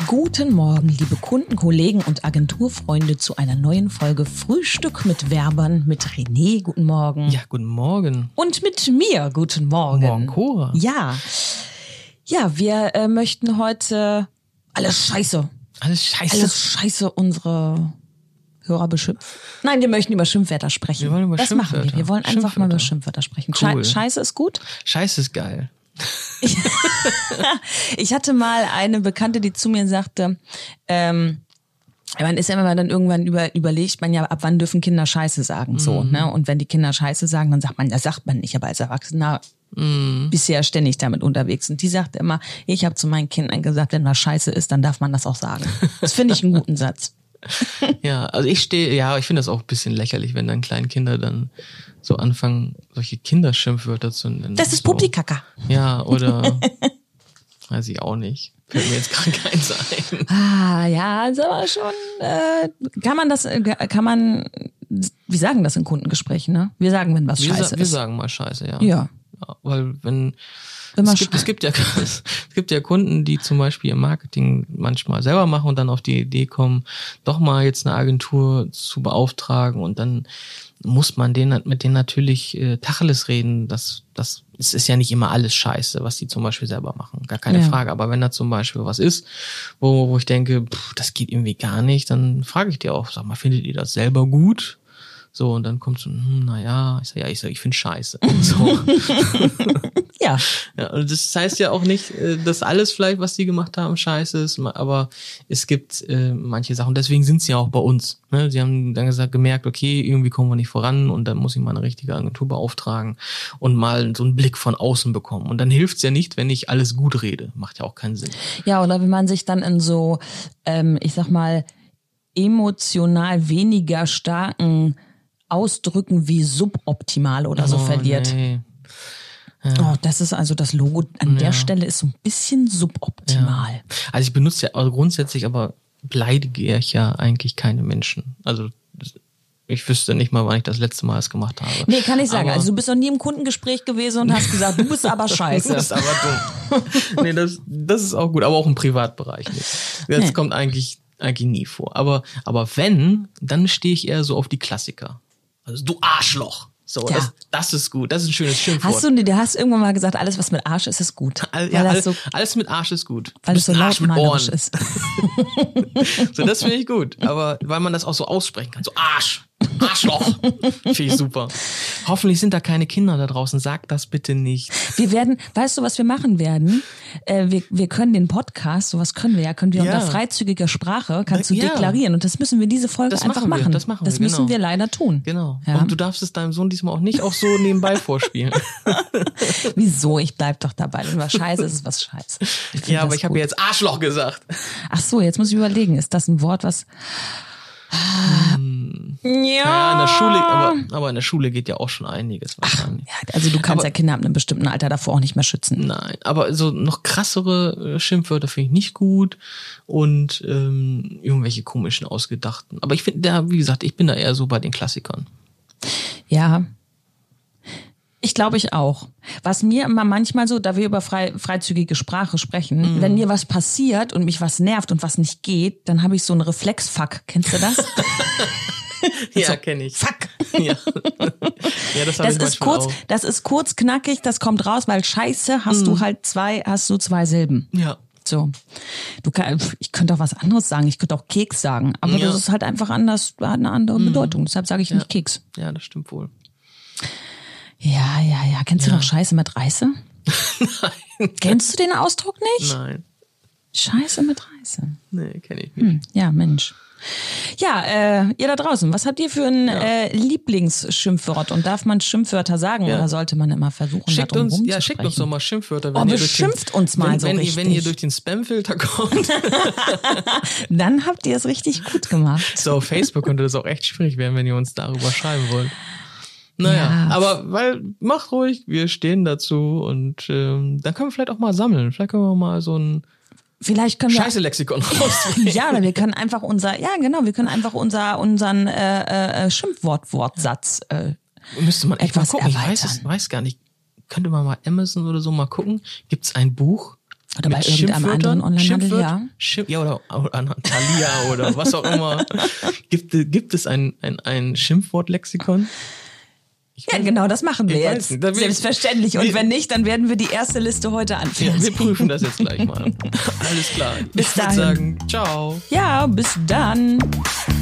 Guten Morgen, liebe Kunden, Kollegen und Agenturfreunde zu einer neuen Folge Frühstück mit Werbern mit René. Guten Morgen. Ja, guten Morgen. Und mit mir. Guten Morgen. Morgen, Cora. Ja, wir möchten heute alles Scheiße unsere Hörer beschimpfen. Nein, wir möchten über Schimpfwörter sprechen. Wir wollen über das Schimpfwörter. machen wir. Wir wollen einfach mal über Schimpfwörter sprechen. Cool. Scheiße ist gut? Scheiße ist geil. Ich hatte mal eine Bekannte, die zu mir sagte, man ist ja immer dann irgendwann überlegt man ja, ab wann dürfen Kinder Scheiße sagen, so, ne? Und wenn die Kinder Scheiße sagen, dann sagt man, das sagt man nicht, aber als Erwachsener bisher ständig damit unterwegs. Und die sagte immer, ich habe zu meinen Kindern gesagt, wenn was Scheiße ist, dann darf man das auch sagen. Das finde ich einen guten Satz. Ja, also ich finde das auch ein bisschen lächerlich, wenn dann kleine Kinder dann so anfangen, solche Kinderschimpfwörter zu nennen. Das ist so. Publikaka. Ja, oder weiß ich auch nicht. Fällt mir jetzt gerade keins ein. Ja, ist aber schon, wir sagen das in Kundengesprächen, ne? Wir sagen, wenn was Scheiße ist. Wir sagen mal Scheiße, ja. Ja. Weil es gibt ja Kunden, die zum Beispiel im Marketing manchmal selber machen und dann auf die Idee kommen, doch mal jetzt eine Agentur zu beauftragen, und dann muss man mit denen natürlich Tacheles reden. Es ist ja nicht immer alles Scheiße, was die zum Beispiel selber machen, gar keine Frage. Aber wenn da zum Beispiel was ist, wo ich denke, das geht irgendwie gar nicht, dann frage ich die auch, sag mal, findet ihr das selber gut? So, und dann kommt so, ich finde Scheiße. So. Ja. Ja, und das heißt ja auch nicht, dass alles vielleicht, was die gemacht haben, Scheiße ist, aber es gibt manche Sachen, deswegen sind sie ja auch bei uns. Ne? Sie haben dann gemerkt, okay, irgendwie kommen wir nicht voran, und dann muss ich mal eine richtige Agentur beauftragen und mal so einen Blick von außen bekommen. Und dann hilft's ja nicht, wenn ich alles gut rede. Macht ja auch keinen Sinn. Ja, oder wenn man sich dann in so, ich sag mal, emotional weniger starken Ausdrücken wie suboptimal oder so verliert. Nee. Ja. Oh, das ist also das Logo an der Stelle ist so ein bisschen suboptimal. Ja. Also ich benutze ja grundsätzlich, aber beleidige ich ja eigentlich keine Menschen. Also ich wüsste nicht mal, wann ich das letzte Mal das gemacht habe. Nee, kann ich sagen. Also du bist noch nie im Kundengespräch gewesen und hast gesagt, du bist aber scheiße. Du bist aber dumm. Nee, das ist auch gut, aber auch im Privatbereich nicht. Das kommt eigentlich nie vor. Aber wenn, dann stehe ich eher so auf die Klassiker. Also du Arschloch. So, ja. Das ist gut. Das ist ein schönes Schimpfwort. Du hast irgendwann mal gesagt, alles was mit Arsch ist gut. Alles mit Arsch ist gut. Weil es so lautmalerisch ist. So, das finde ich gut. Aber weil man das auch so aussprechen kann. So Arschloch. Finde ich super. Hoffentlich sind da keine Kinder da draußen. Sag das bitte nicht. Weißt du, was wir machen werden? Wir können den Podcast, sowas können wir unter freizügiger Sprache, kannst du deklarieren. Und das müssen wir diese Folge einfach machen. Das müssen wir leider tun. Genau. Ja. Und du darfst es deinem Sohn diesmal auch nicht auch so nebenbei vorspielen. Wieso? Ich bleib doch dabei. Wenn was scheiße ist, ist was scheiße. Ja, aber ich habe jetzt Arschloch gesagt. Ach so, jetzt muss ich überlegen. Ist das ein Wort, was... Ja, in der Schule, aber in der Schule geht ja auch schon einiges wahrscheinlich. Ja, also du kannst ja Kinder ab einem bestimmten Alter davor auch nicht mehr schützen. Nein, aber so noch krassere Schimpfwörter finde ich nicht gut, und irgendwelche komischen, ausgedachten. Aber ich finde, wie gesagt, ich bin da eher so bei den Klassikern. Ja, ich glaube ich auch. Was mir immer manchmal so, da wir über freizügige Sprache sprechen, wenn mir was passiert und mich was nervt und was nicht geht, dann habe ich so einen Reflexfuck. Kennst du das? Ja, kenne ich. Fuck. Ja, das ist kurz, das ist kurz, knackig, das kommt raus, weil Scheiße hast du halt zwei Silben. Ja. So. Ich könnte auch was anderes sagen, ich könnte auch Keks sagen, aber das ist halt einfach anders, hat eine andere Bedeutung. Deshalb sage ich nicht Keks. Ja, das stimmt wohl. Ja. Kennst du noch Scheiße mit Reiße? Nein. Kennst du den Ausdruck nicht? Nein. Scheiße mit Reiße. Nee, kenne ich nicht. Ja, Mensch. Ja, ihr da draußen, was habt ihr für ein Lieblingsschimpfwort? Und darf man Schimpfwörter sagen oder sollte man immer versuchen, schickt darum uns rumzusprechen? doch mal Schimpfwörter. Beschimpft uns mal so richtig. Wenn ihr durch den Spamfilter kommt. Dann habt ihr es richtig gut gemacht. So, auf Facebook könnte das auch echt schwierig werden, wenn ihr uns darüber schreiben wollt. Naja, aber macht ruhig, wir stehen dazu, und dann können wir vielleicht auch mal sammeln. Vielleicht können wir mal so ein Scheiße-Lexikon rausbringen. Ja, oder wir können einfach unseren Schimpfwort-Wortsatz müsste man echt mal gucken. Erweitern. Ich weiß gar nicht. Könnte man mal Amazon oder so mal gucken. Gibt's ein Buch? Oder bei irgendeinem anderen Onlinehandel, ja. Ja, oder Thalia oder was auch immer. Gibt es ein Schimpfwortlexikon? Ja, genau, das machen wir jetzt. Nicht, selbstverständlich. Und wenn nicht, dann werden wir die erste Liste heute anfangen. Wir prüfen das jetzt gleich mal. Alles klar. Bis dahin. Ich würde sagen, ciao. Ja, bis dann.